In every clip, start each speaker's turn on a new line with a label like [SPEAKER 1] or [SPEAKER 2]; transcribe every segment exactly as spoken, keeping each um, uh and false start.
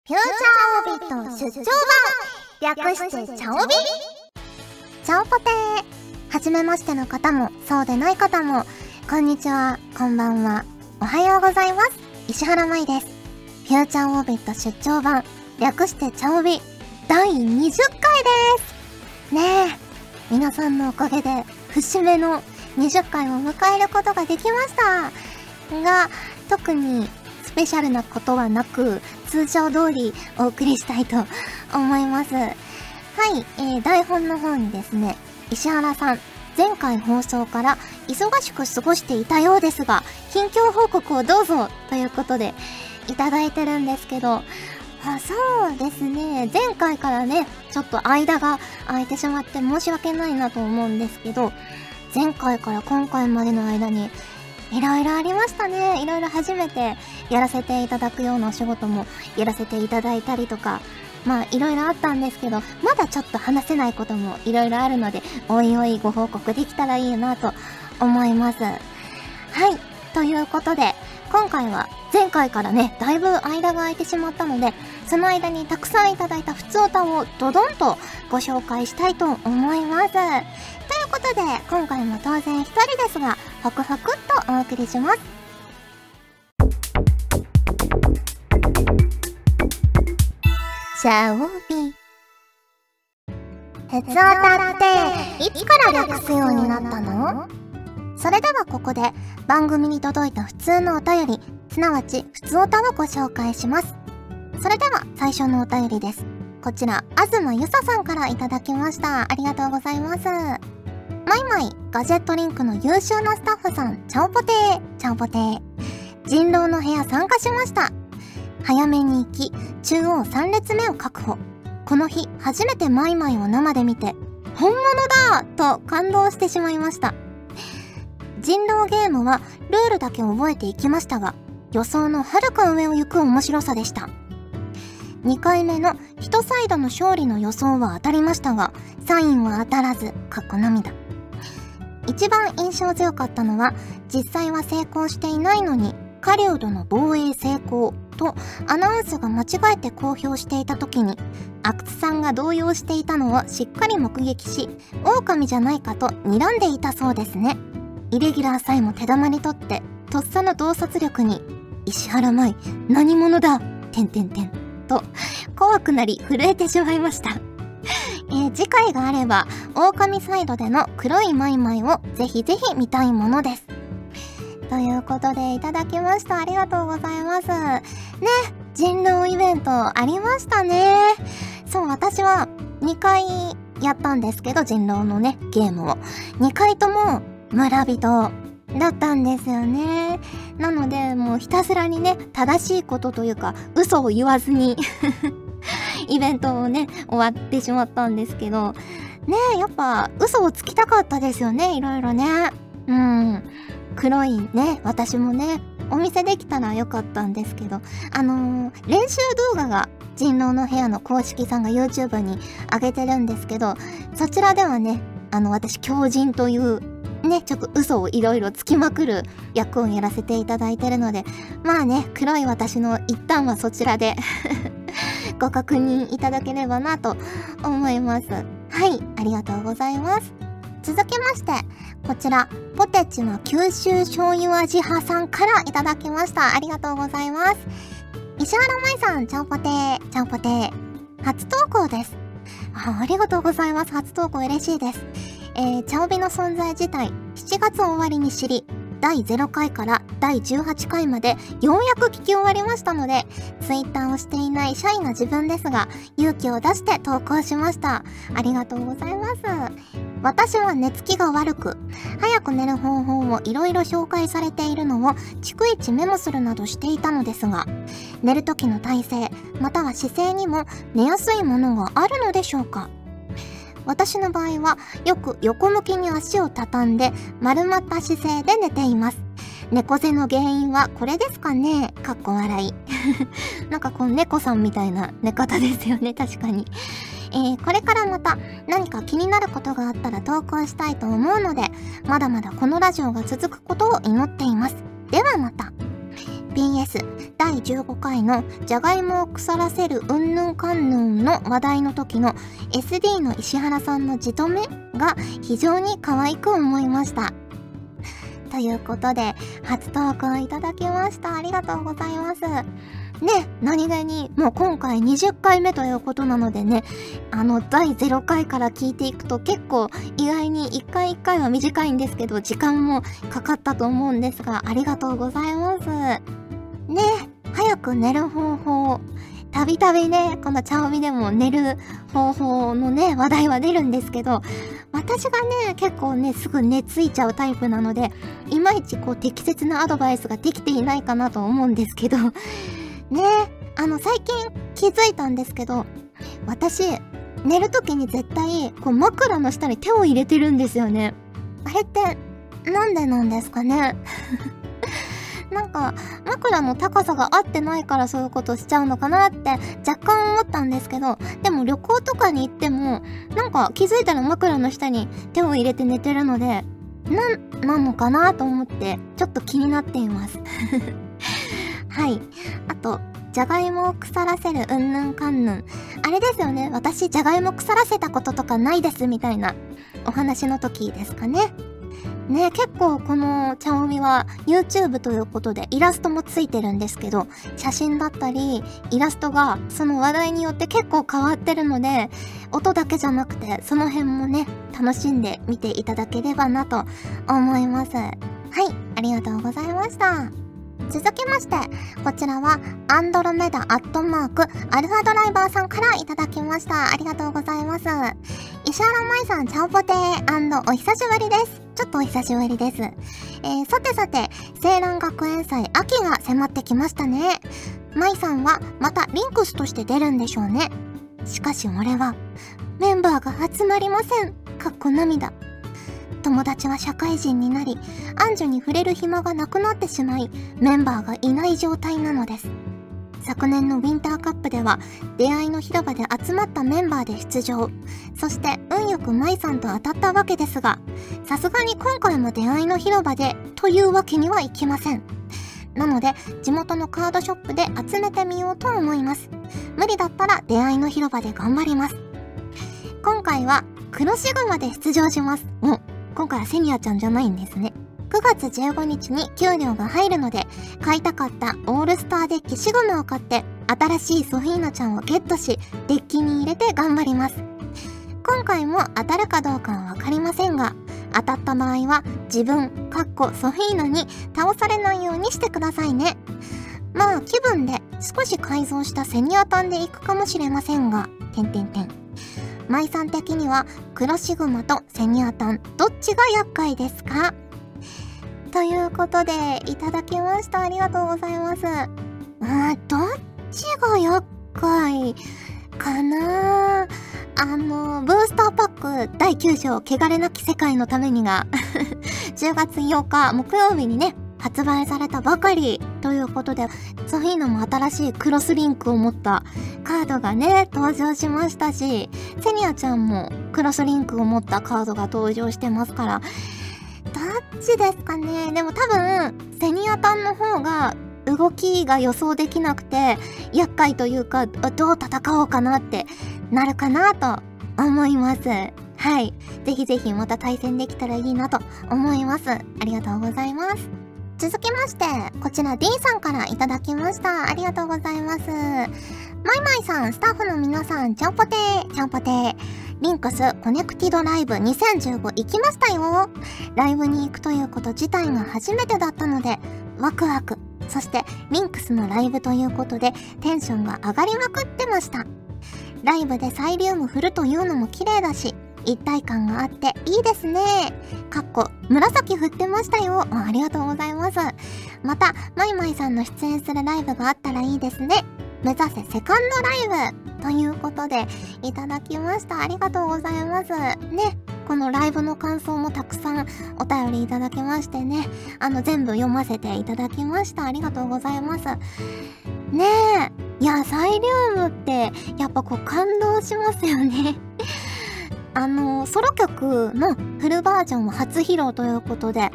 [SPEAKER 1] フューチャーオービット出張版、略してチャオビ。チャオポテー。はじめましての方もそうでない方もこんにちは、こんばんは、おはようございます。石原舞です。フューチャーオービット出張版、略してチャオビだいにじゅっかいですねえ。皆さんのおかげで節目のにじゅっかいを迎えることができましたが、特にスペシャルなことはなく通常通りお送りしたいと思います。はい、えー、台本の方にですね、石原さん前回放送から忙しく過ごしていたようですが近況報告をどうぞということでいただいてるんですけど、あ、そうですね、前回からねちょっと間が空いてしまって申し訳ないなと思うんですけど、前回から今回までの間にいろいろありましたね。いろいろ初めてやらせていただくようなお仕事もやらせていただいたりとか、まあいろいろあったんですけど、まだちょっと話せないこともいろいろあるので、おいおいご報告できたらいいなと思います。はい、ということで今回は前回からねだいぶ間が空いてしまったので、その間にたくさんいただいたふつおたをドドンとご紹介したいと思います。ということで今回も当然一人ですがホクホクっとお送りします。チャオビ。ふつおたっていつから略すようになったの？それではここで番組に届いた普通のお便り、すなわちふつおたをご紹介します。それでは最初のお便りです。こちら東ゆささんからいただきました。ありがとうございます。マイマイガジェットリンクの優秀なスタッフさん、チャオポテー、チャオポテー。人狼の部屋参加しました。早めに行き中央さん列目を確保。この日初めてマイマイを生で見て本物だと感動してしまいました。人狼ゲームはルールだけ覚えていきましたが、予想のはるか上を行く面白さでした。にかいめの一サイドの勝利の予想は当たりましたが、サインは当たらず、かっこ涙。一番印象強かったのは、実際は成功していないのに狩人の防衛成功とアナウンスが間違えて公表していた時に阿久津さんが動揺していたのをしっかり目撃し、狼じゃないかと睨んでいたそうですね。イレギュラーさえも手玉に取ってとっさの洞察力に石原舞何者だてんてんてんと怖くなり震えてしまいました。えー、次回があれば狼サイドでの黒いマイマイをぜひぜひ見たいものです。ということでいただきました。ありがとうございます。ね、人狼イベントありましたね。そう、私はにかいやったんですけど、人狼のねゲームをにかいとも村人だったんですよね。なのでもうひたすらにね正しいことというか嘘を言わずにイベントをね終わってしまったんですけどね、やっぱ嘘をつきたかったですよね、いろいろね。うん、黒いね私もねお見せできたらよかったんですけど、あのー、練習動画が人狼の部屋の公式さんが YouTube に上げてるんですけど、そちらではねあの私狂人というねちょっと嘘をいろいろつきまくる役をやらせていただいてるので、まあね黒い私の一旦はそちらでご確認いただければなと思います。はい、ありがとうございます。続きましてこちらポテチは九州醤油味派さんからいただきました。ありがとうございます。石原舞さん、チャオポテー、チャオポテー。初投稿です。あ、ありがとうございます。初投稿嬉しいです。えー、チャオビの存在自体しちがつ終わりに知り、だいゼロかいからだいじゅうはちかいまでようやく聞き終わりましたので、ツイッターをしていないシャイな自分ですが勇気を出して投稿しました。ありがとうございます。私は寝つきが悪く、早く寝る方法をいろいろ紹介されているのを逐一メモするなどしていたのですが、寝る時の体勢または姿勢にも寝やすいものがあるのでしょうか？私の場合はよく横向きに足を畳んで丸まった姿勢で寝ています。猫背の原因はこれですかね？かっこ笑い。なんかこう猫さんみたいな寝方ですよね、確かに。えー、これからまた何か気になることがあったら投稿したいと思うので、まだまだこのラジオが続くことを祈っています。ではまた。 ピーエス だいじゅうごかいのじゃがいもを腐らせるうんぬんかんぬんの話題の時の エスディー の石原さんのじとめが非常に可愛く思いました。ということで、初投稿いただきました。ありがとうございます。ね、何気に、もう今回にじゅっかいめということなのでね、あの、だいゼロかいから聞いていくと結構意外にいっかいいっかいは短いんですけど、時間もかかったと思うんですが、ありがとうございます。ね、早く寝る方法。たびたびね、このチャオミでも寝る方法のね、話題は出るんですけど、私がね、結構ね、すぐ寝ついちゃうタイプなので、いまいちこう適切なアドバイスができていないかなと思うんですけど、ね、あの、最近気づいたんですけど、私、寝るときに絶対、こう枕の下に手を入れてるんですよね。あれって、なんでなんですかねなんか、枕の高さが合ってないからそういうことしちゃうのかなって若干思ったんですけど、でも旅行とかに行っても、なんか気づいたら枕の下に手を入れて寝てるので、なん、なのかなと思って、ちょっと気になっています。はい。あと、じゃがいもを腐らせるうんぬんかんぬん。あれですよね。私、じゃがいも腐らせたこととかないですみたいなお話の時ですかね。ね、結構このチャオミは YouTube ということでイラストもついてるんですけど、写真だったりイラストがその話題によって結構変わってるので、音だけじゃなくてその辺もね、楽しんで見ていただければなと思います。はい、ありがとうございました。続きまして、こちらはアンドロメダアットマークアルファドライバーさんからいただきました。ありがとうございます。石原舞さん、チャオポテー&お久しぶりです。ちょっとお久しぶりです。えー、さてさて、青蘭学園祭秋が迫ってきましたね。舞さんはまたリンクスとして出るんでしょうね。しかし俺は、メンバーが集まりません。かっこ涙。友達は社会人になり、アンジュに触れる暇がなくなってしまい、メンバーがいない状態なのです。昨年のウィンターカップでは、出会いの広場で集まったメンバーで出場。そして、運よく舞さんと当たったわけですが、さすがに今回も出会いの広場で、というわけにはいきません。なので、地元のカードショップで集めてみようと思います。無理だったら出会いの広場で頑張ります。今回は、黒シグマで出場します。お、今回はセニアちゃんじゃないんですね。くがつじゅうごにちに給料が入るので、買いたかったオールスターデッキシグマを買って、新しいソフィーナちゃんをゲットし、デッキに入れて頑張ります。今回も当たるかどうかはわかりませんが、当たった場合は自分、かっこソフィーナに倒されないようにしてくださいね。まあ気分で少し改造したセニアタンで行くかもしれませんが、てんてんてん。舞さん的には黒シグマとセニアタンどっちが厄介ですか？ということでいただきました。ありがとうございます。あー、どっちが厄介かな。あのブースターパックだいきゅう章汚れなき世界のためにがじゅうがつようか木曜日にね発売されたばかりということで、ソフィーナも新しいクロスリンクを持ったカードがね登場しましたし、セニアちゃんもクロスリンクを持ったカードが登場してますから、どっちですかね。でも多分セニアタンの方が動きが予想できなくて厄介というか、どう戦おうかなってなるかなと思います。はい。ぜひぜひまた対戦できたらいいなと思います。ありがとうございます。続きまして、こちら D さんからいただきました。ありがとうございます。マイマイさん、スタッフの皆さん、ちゃんぽてー、ちゃんぽてー。リンクスコネクティドライブにせんじゅうご行きましたよ。ライブに行くということ自体が初めてだったので、ワクワク。そして、リンクスのライブということで、テンションが上がりまくってました。ライブでサイリウム振るというのも綺麗だし、一体感があっていいですね。かっこ紫振ってましたよ。あ、ありがとうございます。またマイマイさんの出演するライブがあったらいいですね。目指せセカンドライブということでいただきました。ありがとうございますね。このライブの感想もたくさんお便りいただきましてね、あの全部読ませていただきました。ありがとうございますね。えいや、サイリウムってやっぱこう感動しますよねあのソロ曲のフルバージョンを初披露ということで、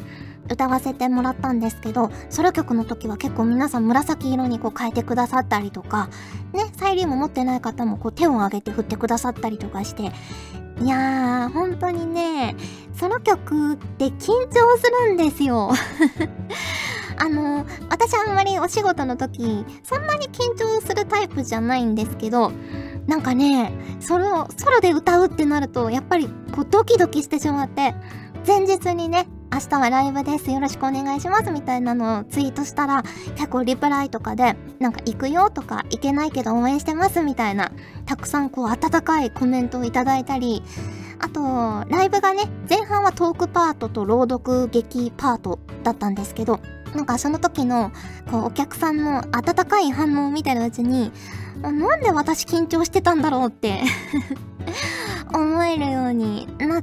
[SPEAKER 1] 歌わせてもらったんですけど、ソロ曲の時は結構皆さん紫色にこう変えてくださったりとか、ね、サイリウム持ってない方もこう手を挙げて振ってくださったりとかして、いやー、本当にね、ソロ曲って緊張するんですよ。あの、私あんまりお仕事の時、そんなに緊張するタイプじゃないんですけど、なんかね、ソロ、ソロで歌うってなると、やっぱりこうドキドキしてしまって、前日にね、明日はライブです、よろしくお願いしますみたいなのをツイートしたら、結構リプライとかで、なんか行くよとか、行けないけど応援してますみたいな、たくさんこう温かいコメントをいただいたり、あと、ライブがね、前半はトークパートと朗読劇パートだったんですけど、なんかその時のこうお客さんの温かい反応を見てるうちに、なんで私緊張してたんだろうって思えるようになって、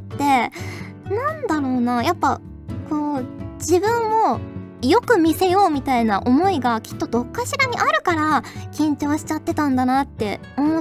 [SPEAKER 1] なんだろうな、やっぱこう自分をよく見せようみたいな思いがきっとどっかしらにあるから緊張しちゃってたんだなって思って、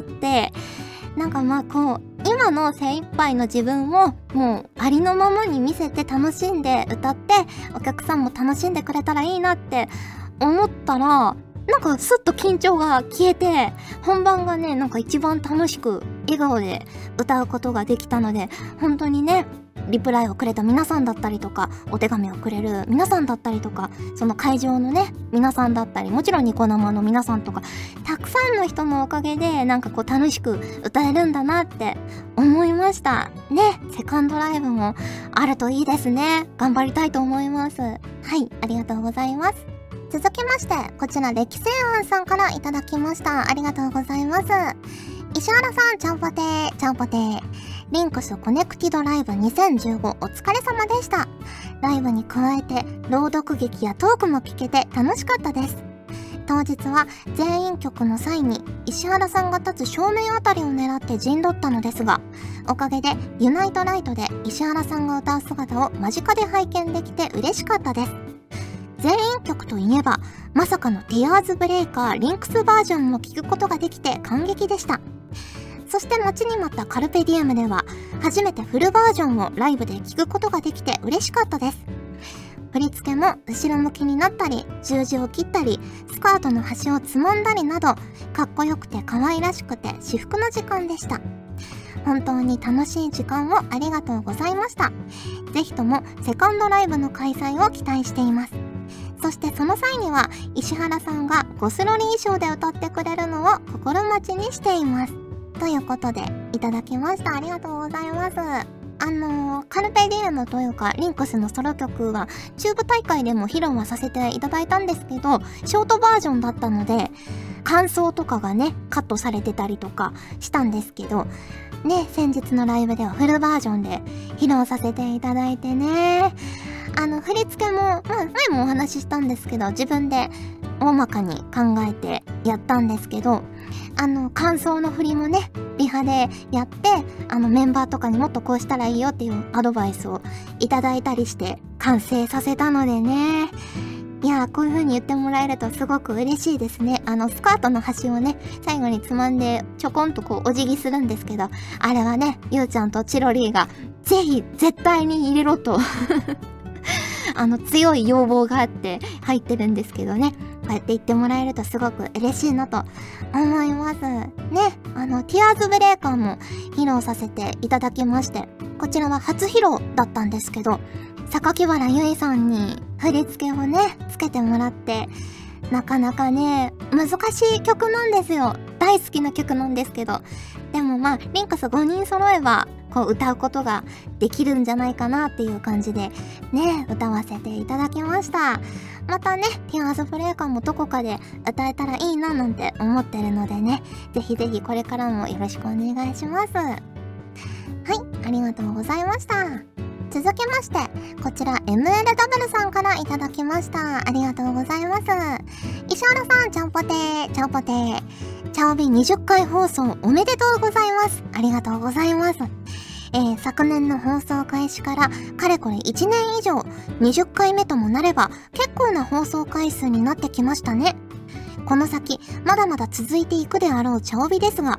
[SPEAKER 1] なんかまあこう今の精一杯の自分をもうありのままに見せて楽しんで歌ってお客さんも楽しんでくれたらいいなって思ったら、なんかスッと緊張が消えて、本番がね、なんか一番楽しく笑顔で歌うことができたので、本当にね、リプライをくれた皆さんだったりとか、お手紙をくれる皆さんだったりとか、その会場のね、皆さんだったり、もちろんニコ生の皆さんとか、たくさんの人のおかげで、なんかこう楽しく歌えるんだなって思いました。ね、セカンドライブもあるといいですね。頑張りたいと思います。はい、ありがとうございます。続きまして、こちら、歴戦庵さんからいただきました。ありがとうございます。石原さん、ちゃんぽてー、ちゃんぽてー。リンクスコネクティドライブにせんじゅうごお疲れ様でした。ライブに加えて朗読劇やトークも聞けて楽しかったです。当日は全員曲の際に石原さんが立つ正面あたりを狙って陣取ったのですが、おかげでユナイトライトで石原さんが歌う姿を間近で拝見できて嬉しかったです。全員曲といえばまさかの Tears Breaker リンクスバージョンも聴くことができて感激でした。そして待ちに待ったカルペディウムでは初めてフルバージョンをライブで聴くことができて嬉しかったです。振り付けも後ろ向きになったり、十字を切ったり、スカートの端をつまんだりなど、かっこよくて可愛らしくて至福の時間でした。本当に楽しい時間をありがとうございました。ぜひともセカンドライブの開催を期待しています。そしてその際には石原さんがゴスロリ衣装で歌ってくれるのを心待ちにしています。ということで、いただきました。ありがとうございます。あのー、カルペディウムというか、リンクスのソロ曲は、チューブ大会でも披露はさせていただいたんですけど、ショートバージョンだったので、感想とかがね、カットされてたりとかしたんですけど、ね、先日のライブではフルバージョンで披露させていただいてね、あの、振り付けも、まあ、前もお話ししたんですけど、自分で大まかに考えてやったんですけど、あの、感想の振りもね、リハでやって、あの、メンバーとかにもっとこうしたらいいよっていうアドバイスをいただいたりして完成させたのでね。いやー、こういう風に言ってもらえるとすごく嬉しいですね。あの、スカートの端をね、最後につまんでちょこんとこうお辞儀するんですけど、あれはね、ゆうちゃんとチロリーがぜひ絶対に入れろとあの、強い要望があって入ってるんですけどね。こうやって言ってもらえるとすごく嬉しいなと思います。ね、あの、Tears Breaker も披露させていただきまして、こちらは初披露だったんですけど、榊原ゆいさんに振り付けをね、つけてもらって、なかなかね、難しい曲なんですよ。大好きな曲なんですけど。でもまあ、リンクスごにん揃えば、こう歌うことができるんじゃないかなっていう感じで、ね、歌わせていただきました。またね、Tears Breakerもどこかで歌えたらいいななんて思ってるのでね、ぜひぜひこれからもよろしくお願いします。はい、ありがとうございました。続きまして、こちら エムエルダブル さんからいただきました。ありがとうございます。石原さん、ちゃんぽてー、ちゃんぽてー。チャオビにじゅっかい放送おめでとうございます。ありがとうございます。えー、昨年の放送開始からかれこれいちねん以上、にじゅっかいめともなれば結構な放送回数になってきましたね。この先、まだまだ続いていくであろうチャオビですが、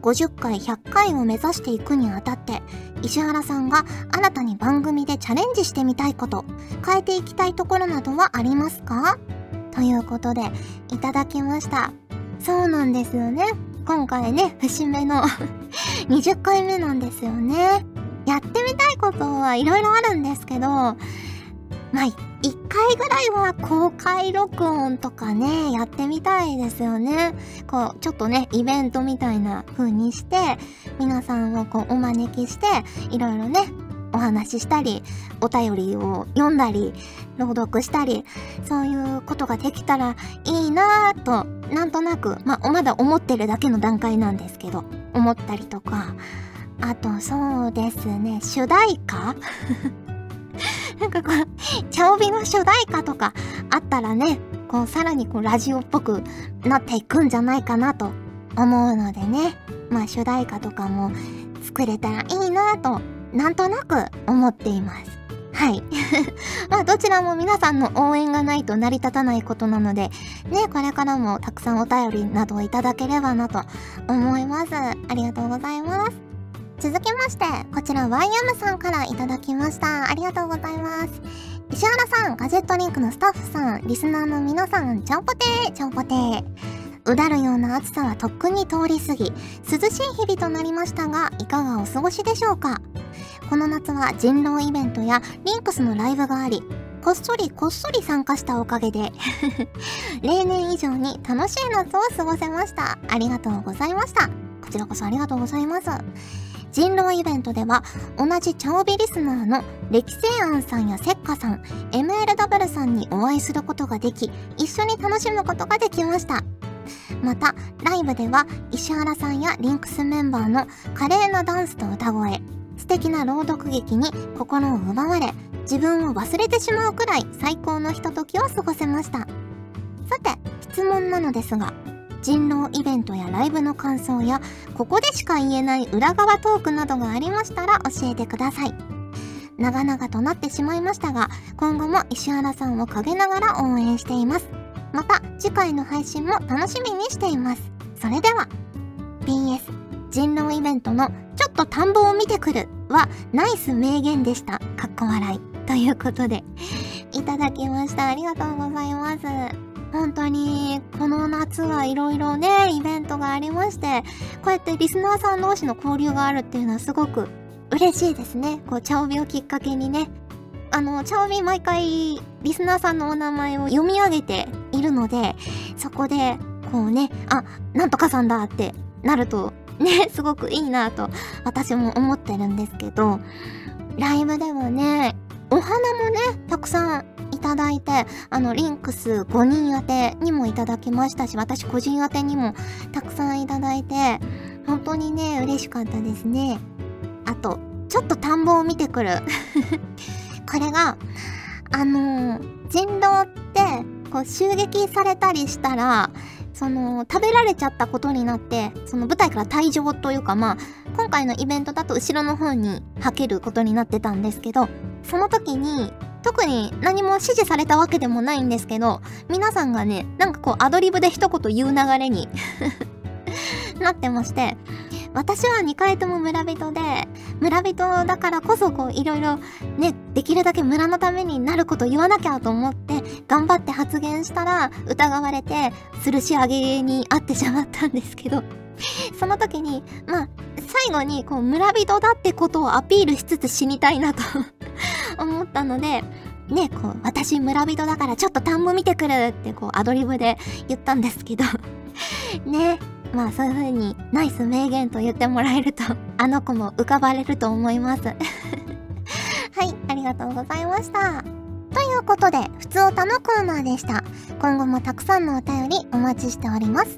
[SPEAKER 1] ごじゅっかいひゃっかいを目指していくにあたって、石原さんが新たに番組でチャレンジしてみたいこと、変えていきたいところなどはありますか？ということでいただきました。そうなんですよね。今回ね、節目のにじゅっかいめなんですよね。やってみたいことはいろいろあるんですけど、まあいっかいぐらいは公開録音とかね、やってみたいですよね。こう、ちょっとね、イベントみたいな風にして、皆さんをこうお招きして、いろいろね、お話ししたり、お便りを読んだり、朗読したり、そういうことができたらいいなぁと、なんとなく、まあ、まだ思ってるだけの段階なんですけど、思ったりとか、あとそうですね、主題歌なんかこう、チャオビの主題歌とかあったらね、こうさらにこうラジオっぽくなっていくんじゃないかなと思うのでね、まあ主題歌とかも作れたらいいなと、なんとなく思っています。はい。まあどちらも皆さんの応援がないと成り立たないことなので、ね、これからもたくさんお便りなどをいただければなと思います。ありがとうございます。続きまして、こちら ワイエム さんからいただきました。ありがとうございます。石原さん、ガジェットリンクのスタッフさん、リスナーの皆さん、ちゃんぽてー、ちゃんぽてー。うだるような暑さはとっくに通り過ぎ、涼しい日々となりましたが、いかがお過ごしでしょうか？この夏は人狼イベントやリンクスのライブがあり、こっそりこっそり参加したおかげで、例年以上に楽しい夏を過ごせました。ありがとうございました。こちらこそありがとうございます。人狼イベントでは同じチャオビリスナーの歴世庵さんやせっかさん、エムエルダブリュー さんにお会いすることができ、一緒に楽しむことができました。またライブでは石原さんやリンクスメンバーの華麗なダンスと歌声、素敵な朗読劇に心を奪われ、自分を忘れてしまうくらい最高のひとときを過ごせました。さて質問なのですが、人狼イベントやライブの感想やここでしか言えない裏側トークなどがありましたら教えてください。長々となってしまいましたが、今後も石原さんを陰ながら応援しています。また次回の配信も楽しみにしています。それでは ピーエス 人狼イベントのちょっと田んぼを見てくるはナイス名言でした。かっこ笑いということでいただきました。ありがとうございます。本当にこの夏はいろいろねイベントがありまして、こうやってリスナーさん同士の交流があるっていうのはすごく嬉しいですね。こうチャオビをきっかけにね、あのチャオビ毎回リスナーさんのお名前を読み上げているので、そこでこうね、あ、なんとかさんだってなるとね、すごくいいなと私も思ってるんですけど、ライブではねお花もねたくさんいただいて、あのリンクスごにん宛てにもいただきましたし、私個人宛てにもたくさんいただいて、本当にね嬉しかったですね。あとちょっと田んぼを見てくるこれがあのー、人狼ってこう襲撃されたりしたらその食べられちゃったことになって、その舞台から退場というか、まあ今回のイベントだと後ろの方にはけることになってたんですけど、その時に特に何も指示されたわけでもないんですけど、皆さんがねなんかこうアドリブで一言言う流れになってまして、私はにかいとも村人で、村人だからこそこういろいろね、できるだけ村のためになること言わなきゃと思って頑張って発言したら疑われて吊るし上げにあってしまったんですけど、その時にまあ最後にこう村人だってことをアピールしつつ死にたいなと思ったのでね、こう私村人だからちょっと田んぼ見てくるってこうアドリブで言ったんですけどね、まあそういう風にナイス名言と言ってもらえるとあの子も浮かばれると思いますはい、ありがとうございました。ということでふつおたのコーナーでした。今後もたくさんのお便りお待ちしております。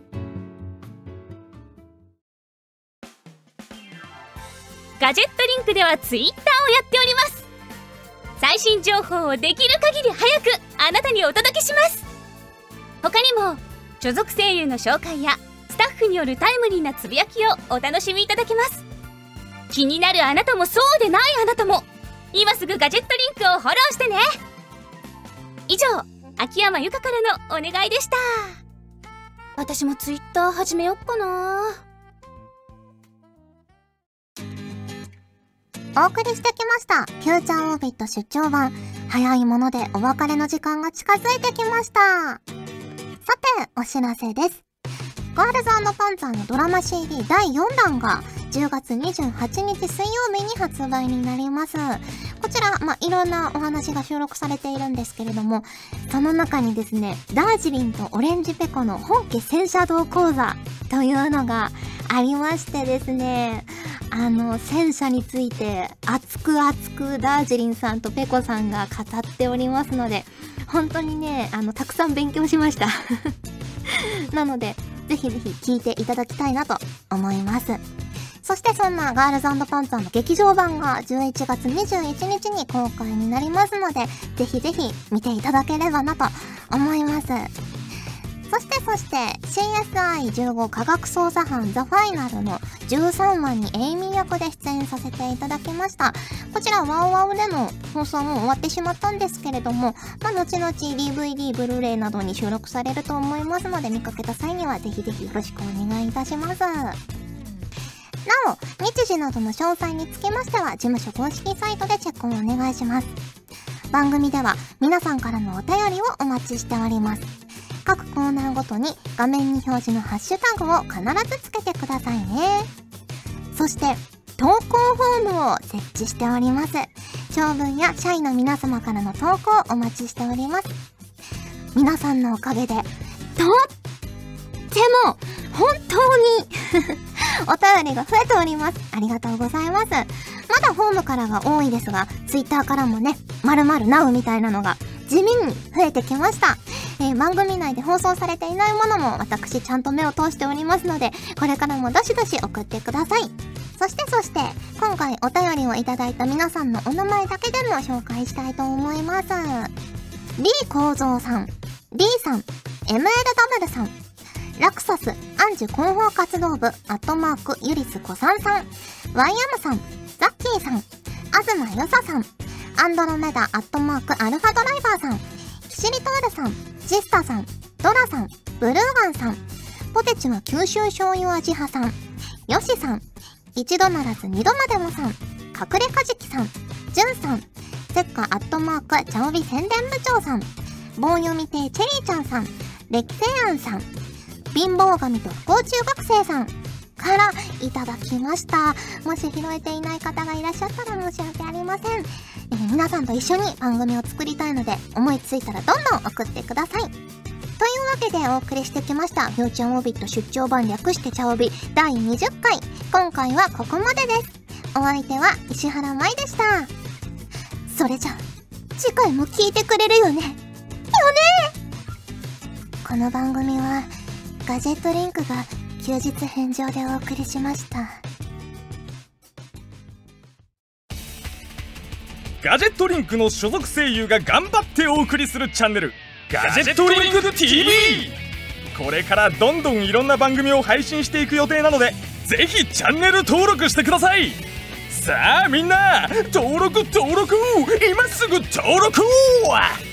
[SPEAKER 2] ガジェットリンクではツイッターをやっております。最新情報をできる限り早くあなたにお届けします。他にも所属声優の紹介やスタッフによるタイムリーなつぶやきをお楽しみいただけます。気になるあなたもそうでないあなたも今すぐガジェットリンクをフォローしてね。以上、秋山由佳からのお願いでした。私もツイッター始めよっかな。
[SPEAKER 1] お送りしてきましたフューチャーオービット出張版。早いものでお別れの時間が近づいてきました。さてお知らせです。ガールズ&パンツァーのドラマ シーディー だいよんだんがじゅうがつにじゅうはちにち水曜日に発売になります。こちら、まあ、いろんなお話が収録されているんですけれども、その中にですね、ダージリンとオレンジペコの本家戦車道講座というのがありましてですね、あの、戦車について熱く熱くダージリンさんとペコさんが語っておりますので、本当にね、あの、たくさん勉強しました。なので、ぜひぜひ聞いていただきたいなと思います。そしてそんなガールズ&パンツァーの劇場版がじゅういちがつにじゅういちにちに公開になりますので、ぜひぜひ見ていただければなと思います。そしてそして シーエスアイじゅうご 科学捜査班ザ・ファイナルのじゅうさんわにエイミー役で出演させていただきました。こちらワウワウでの放送も終わってしまったんですけれども、まあ、後々 ディーブイディー ブルーレイなどに収録されると思いますので、見かけた際にはぜひぜひよろしくお願いいたします。なお、日時などの詳細につきましては事務所公式サイトでチェックをお願いします。番組では皆さんからのお便りをお待ちしております。各コーナーごとに画面に表示のハッシュタグを必ずつけてくださいね。そして投稿フォームを設置しております。長文や社員の皆様からの投稿をお待ちしております。皆さんのおかげでとっても本当にお便りが増えております。ありがとうございます。まだフォームからが多いですが、ツイッターからもね、〇〇なうみたいなのが地味に増えてきました。えー、番組内で放送されていないものも私ちゃんと目を通しておりますので、これからもどしどし送ってください。そしてそして今回お便りをいただいた皆さんのお名前だけでも紹介したいと思います。 B 構造さん、 D さん、 エムエルダブル さん、ラクサスアンジュ広報活動部アットマークユリスコさんさん、ワイアムさん、ザッキーさん、東よささん、アンドロメダアットマークアルファドライバーさん、キシリトールさん、ジスタさん、ドラさん、ブルーガンさん、ポテチは九州醤油味派さん、ヨシさん、一度ならず二度までもさん、隠れカジキさん、ジュンさん、セッカアットマークチャオビ宣伝部長さん、棒読み亭チェリーちゃんさん、レキセアンさん、貧乏神と不幸中学生さんからいただきました。もし拾えていない方がいらっしゃったら申し訳ありません。えー、皆さんと一緒に番組を作りたいので、思いついたらどんどん送ってください。というわけでお送りしてきましたフューチャーオービット出張版略してチャオビだいにじゅっかい。今回はここまでです。お相手は石原舞でした。それじゃ次回も聞いてくれるよねよね。この番組はガジェットリンクが休日返上でお送りしました。
[SPEAKER 3] ガジェットリンクの所属声優が頑張ってお送りするチャンネル、ガジェットリンク ティーブイ。 これからどんどんいろんな番組を配信していく予定なので、ぜひチャンネル登録してください。さあみんな登録登録今すぐ登録。